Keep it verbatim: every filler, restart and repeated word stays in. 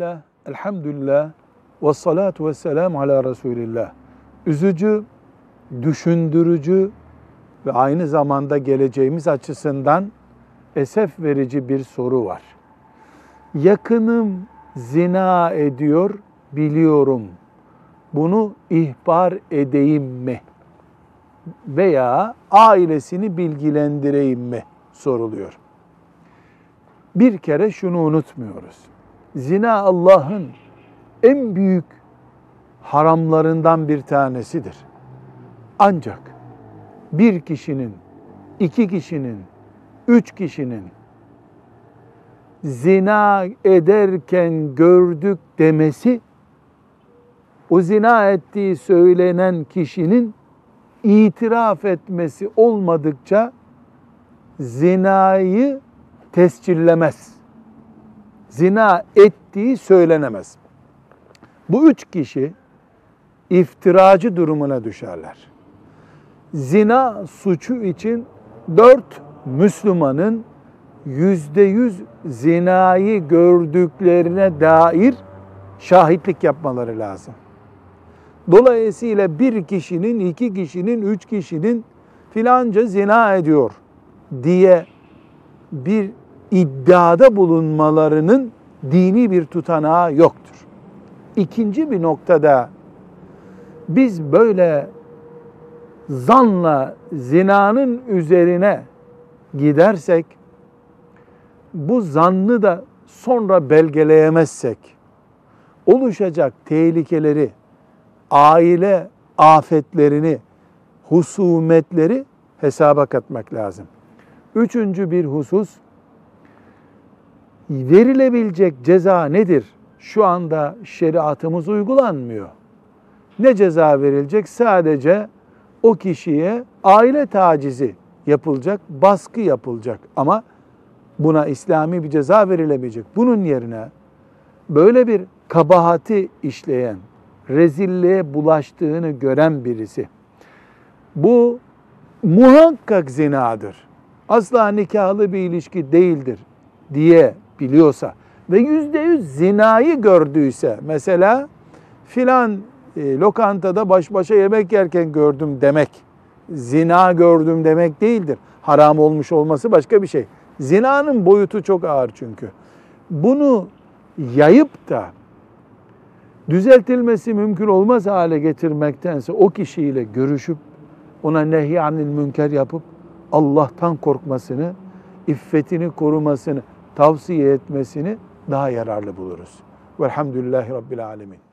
Bismillah, elhamdülillah, ve salatu ve selamu ala Resulillah. Üzücü, düşündürücü ve aynı zamanda geleceğimiz açısından esef verici bir soru var. Yakınım zina ediyor, biliyorum. Bunu ihbar edeyim mi? Veya ailesini bilgilendireyim mi? Soruluyor. Bir kere şunu unutmuyoruz. Zina Allah'ın en büyük haramlarından bir tanesidir. Ancak bir kişinin, iki kişinin, üç kişinin zina ederken gördük demesi, o zina ettiği söylenen kişinin itiraf etmesi olmadıkça zinayı tescillemez. Zina ettiği söylenemez. Bu üç kişi iftiracı durumuna düşerler. Zina suçu için dört Müslümanın yüzde yüz zinayı gördüklerine dair şahitlik yapmaları lazım. Dolayısıyla bir kişinin, iki kişinin, üç kişinin filanca zina ediyor diye bir iddiada bulunmalarının dini bir tutanağı yoktur. İkinci bir noktada biz böyle zanla zinanın üzerine gidersek, bu zannı da sonra belgeleyemezsek oluşacak tehlikeleri, aile afetlerini, husumetleri hesaba katmak lazım. Üçüncü bir husus, verilebilecek ceza nedir? Şu anda şeriatımız uygulanmıyor. Ne ceza verilecek? Sadece o kişiye aile tacizi yapılacak, baskı yapılacak ama buna İslami bir ceza verilemeyecek. Bunun yerine böyle bir kabahati işleyen, rezilliğe bulaştığını gören birisi, bu muhakkak zinadır, asla nikahlı bir ilişki değildir diye biliyorsa ve yüzde yüz zinayı gördüyse, mesela filan e, lokantada baş başa yemek yerken gördüm demek, zina gördüm demek değildir. Haram olmuş olması başka bir şey. Zinanın boyutu çok ağır çünkü. Bunu yayıp da düzeltilmesi mümkün olmaz hale getirmektense o kişiyle görüşüp ona nehyanil münker yapıp Allah'tan korkmasını, iffetini korumasını tavsiye etmesini daha yararlı buluruz. Velhamdülillahi Rabbil alemin.